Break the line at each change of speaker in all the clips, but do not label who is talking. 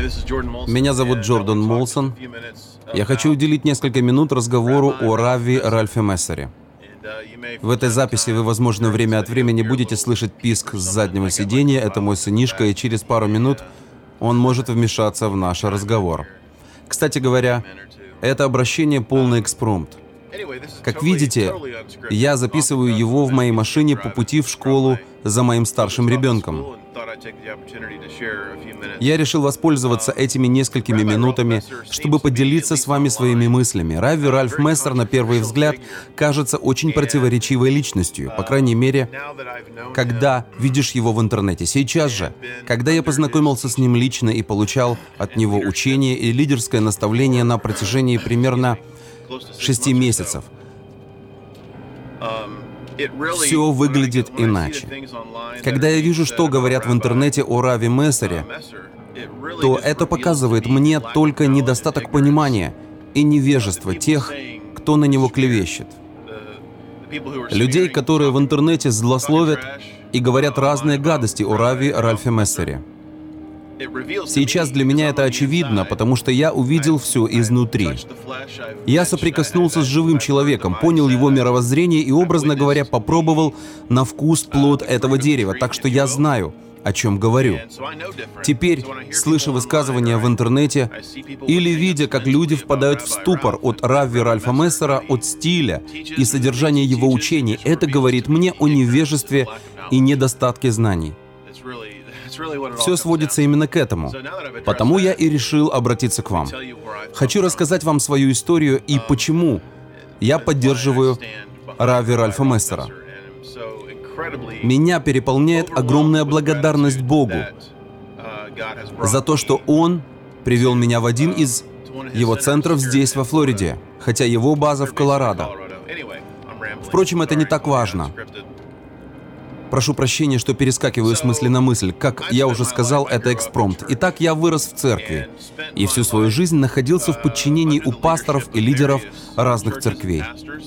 Меня зовут Джордан Молсон. Я хочу уделить несколько минут разговору о Равви Ральфе Мессере. В этой записи вы, возможно, время от времени будете слышать писк с заднего сиденья. Это мой сынишка, и через пару минут он может вмешаться в наш разговор. Кстати говоря, это обращение полный экспромт. Как видите, я записываю его в моей машине по пути в школу за моим старшим ребенком. Я решил воспользоваться этими несколькими минутами, чтобы поделиться с вами своими мыслями. Равви Ральф Мессер, на первый взгляд, кажется очень противоречивой личностью, по крайней мере, когда видишь его в интернете. Сейчас же, когда я познакомился с ним лично и получал от него учение и лидерское наставление на протяжении примерно 6 месяцев, все выглядит иначе. Когда я вижу, что говорят в интернете о Равви Мессере, то это показывает мне только недостаток понимания и невежество тех, кто на него клевещет. Людей, которые в интернете злословят и говорят разные гадости о Равви Ральфе Мессере. Сейчас для меня это очевидно, потому что я увидел все изнутри. Я соприкоснулся с живым человеком, понял его мировоззрение и, образно говоря, попробовал на вкус плод этого дерева, так что я знаю, о чем говорю. Теперь, слыша высказывания в интернете или видя, как люди впадают в ступор от Равви Ральфа Мессера, от стиля и содержания его учений, это говорит мне о невежестве и недостатке знаний. Все сводится именно к этому. Потому я и решил обратиться к вам. Хочу рассказать вам свою историю и почему я поддерживаю Равви Ральфа Мессера. Меня переполняет огромная благодарность Богу за то, что Он привел меня в один из его центров здесь, во Флориде, хотя его база в Колорадо. Впрочем, это не так важно. Прошу прощения, что перескакиваю с мысли на мысль. Как я уже сказал, это экспромт. Итак, я вырос в церкви и всю свою жизнь находился в подчинении у пасторов и лидеров разных церквей.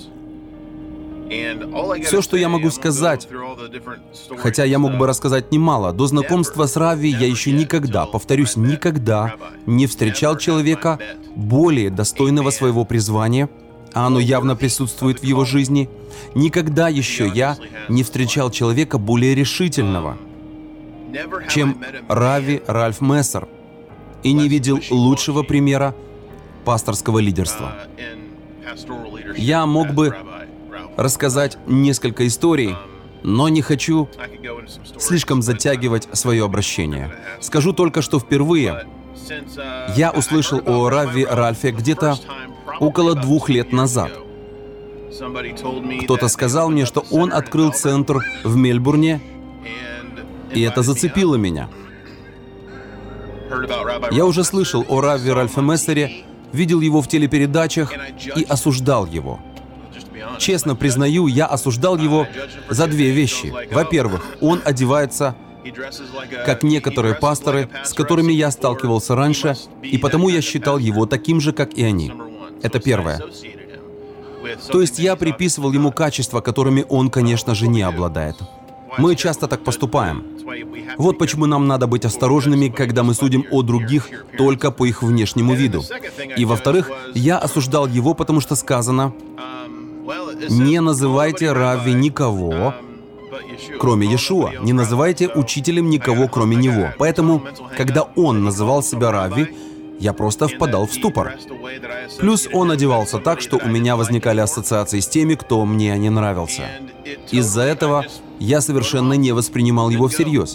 Все, что я могу сказать, хотя я мог бы рассказать немало, до знакомства с Равви я еще никогда, повторюсь, никогда не встречал человека более достойного своего призвания, а оно явно присутствует в его жизни. Никогда еще я не встречал человека более решительного, чем Равви Ральф Мессер, и не видел лучшего примера пасторского лидерства. Я мог бы рассказать несколько историй, но не хочу слишком затягивать свое обращение. Скажу только, что впервые я услышал о Равви Ральфе где-то около 2 лет назад. Кто-то сказал мне, что он открыл центр в Мельбурне, и это зацепило меня. Я уже слышал о Равви Ральфе Мессере, видел его в телепередачах и осуждал его. Честно признаю, я осуждал его за 2 вещи. Во-первых, он одевается как некоторые пасторы, с которыми я сталкивался раньше, и потому я считал его таким же, как и они. Это первое. То есть я приписывал ему качества, которыми он, конечно же, не обладает. Мы часто так поступаем. Вот почему нам надо быть осторожными, когда мы судим о других только по их внешнему виду. И во-вторых, я осуждал его, потому что сказано: «Не называйте Равви никого, кроме Иешуа. Не называйте учителем никого, кроме него». Поэтому, когда он называл себя Равви, я просто впадал в ступор. Плюс он одевался так, что у меня возникали ассоциации с теми, кто мне не нравился. Из-за этого я совершенно не воспринимал его всерьез.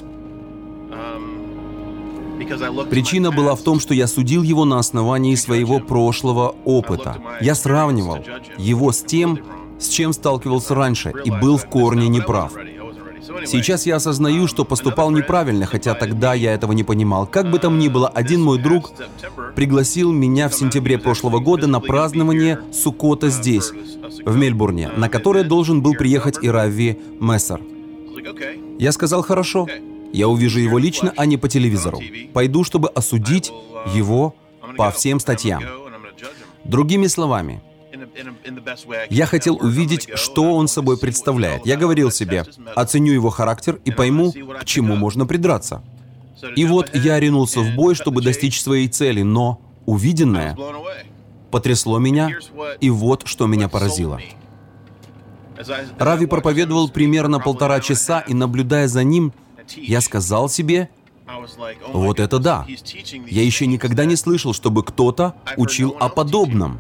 Причина была в том, что я судил его на основании своего прошлого опыта. Я сравнивал его с тем, с чем сталкивался раньше, и был в корне неправ. Сейчас я осознаю, что поступал неправильно, хотя тогда я этого не понимал. Как бы там ни было, один мой друг пригласил меня в сентябре прошлого года на празднование Суккота здесь, в Мельбурне, на которое должен был приехать и Равви Мессер. Я сказал: «Хорошо, я увижу его лично, а не по телевизору. Пойду, чтобы осудить его по всем статьям». Другими словами, я хотел увидеть, что он собой представляет. Я говорил себе: оценю его характер и пойму, к чему можно придраться. И вот я ринулся в бой, чтобы достичь своей цели, но увиденное потрясло меня, и вот что меня поразило. Рави проповедовал примерно 1,5 часа, и, наблюдая за ним, я сказал себе: вот это да! Я еще никогда не слышал, чтобы кто-то учил о подобном.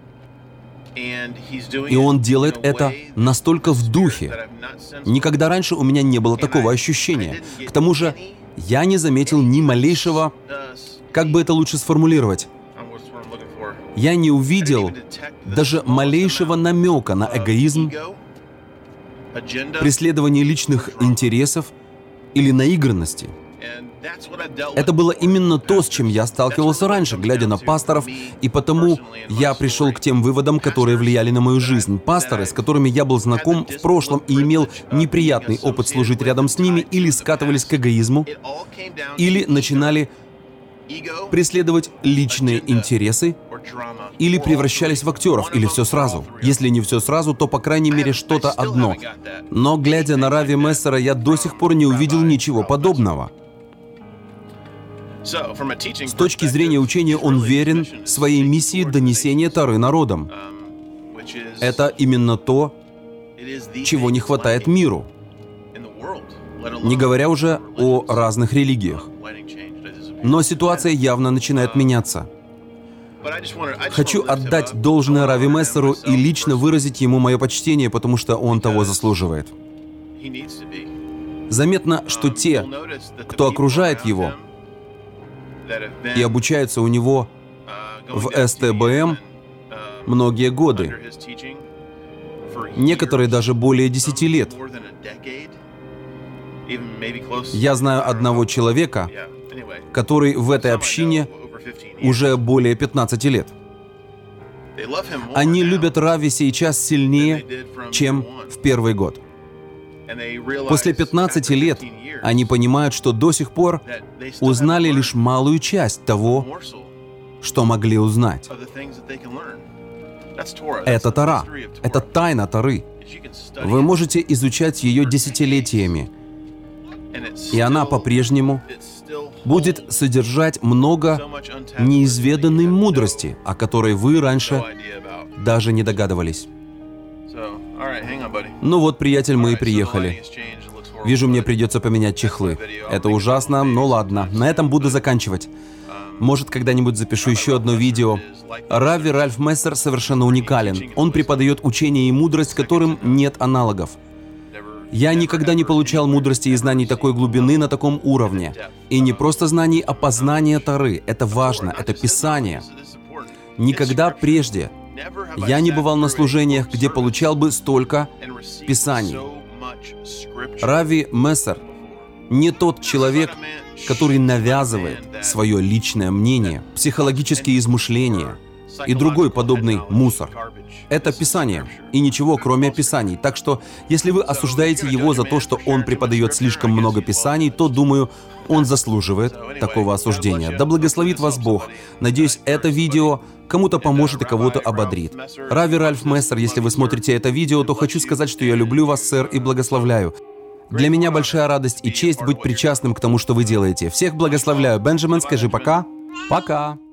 И он делает это настолько в духе. Никогда раньше у меня не было такого ощущения. К тому же, я не заметил ни малейшего, как бы это лучше сформулировать, я не увидел даже малейшего намека на эгоизм, преследование личных интересов или наигранности. Это было именно то, с чем я сталкивался раньше, глядя на пасторов, и потому я пришел к тем выводам, которые влияли на мою жизнь. Пасторы, с которыми я был знаком в прошлом и имел неприятный опыт служить рядом с ними, или скатывались к эгоизму, или начинали преследовать личные интересы, или превращались в актеров, или все сразу. Если не все сразу, то, по крайней мере, что-то одно. Но, глядя на Рави Мессера, я до сих пор не увидел ничего подобного. С точки зрения учения, он верен своей миссии донесения Торы народам. Это именно то, чего не хватает миру, не говоря уже о разных религиях. Но ситуация явно начинает меняться. Хочу отдать должное Рави Мессеру и лично выразить ему мое почтение, потому что он того заслуживает. Заметно, что те, кто окружает его и обучаются у него в СТБМ многие годы, некоторые даже более 10 лет. Я знаю одного человека, который в этой общине уже более 15 лет. Они любят Рави сейчас сильнее, чем в первый год. После 15 лет они понимают, что до сих пор узнали лишь малую часть того, что могли узнать. Это Тора. Это тайна Торы. Вы можете изучать ее десятилетиями, и она по-прежнему будет содержать много неизведанной мудрости, о которой вы раньше даже не догадывались. Ну вот, приятель, мы и приехали. Вижу, мне придется поменять чехлы. Это ужасно, но ладно. На этом буду заканчивать. Может, когда-нибудь запишу еще одно видео. Рави Ральф Мессер совершенно уникален. Он преподает учение и мудрость, которым нет аналогов. Я никогда не получал мудрости и знаний такой глубины на таком уровне. И не просто знаний, а познания Торы. Это важно, это Писание. Никогда прежде я не бывал на служениях, где получал бы столько Писаний. Рави Мессер не тот человек, который навязывает свое личное мнение, психологические измышления и другой подобный мусор. Это Писание, и ничего, кроме Писаний. Так что, если вы осуждаете его за то, что он преподает слишком много Писаний, то, думаю, он заслуживает такого осуждения. Да благословит вас Бог. Надеюсь, это видео кому-то поможет и кого-то ободрит. Рави Ральф Мессер, если вы смотрите это видео, то хочу сказать, что я люблю вас, сэр, и благословляю. Для меня большая радость и честь быть причастным к тому, что вы делаете. Всех благословляю. Бенджамин, скажи пока. Пока.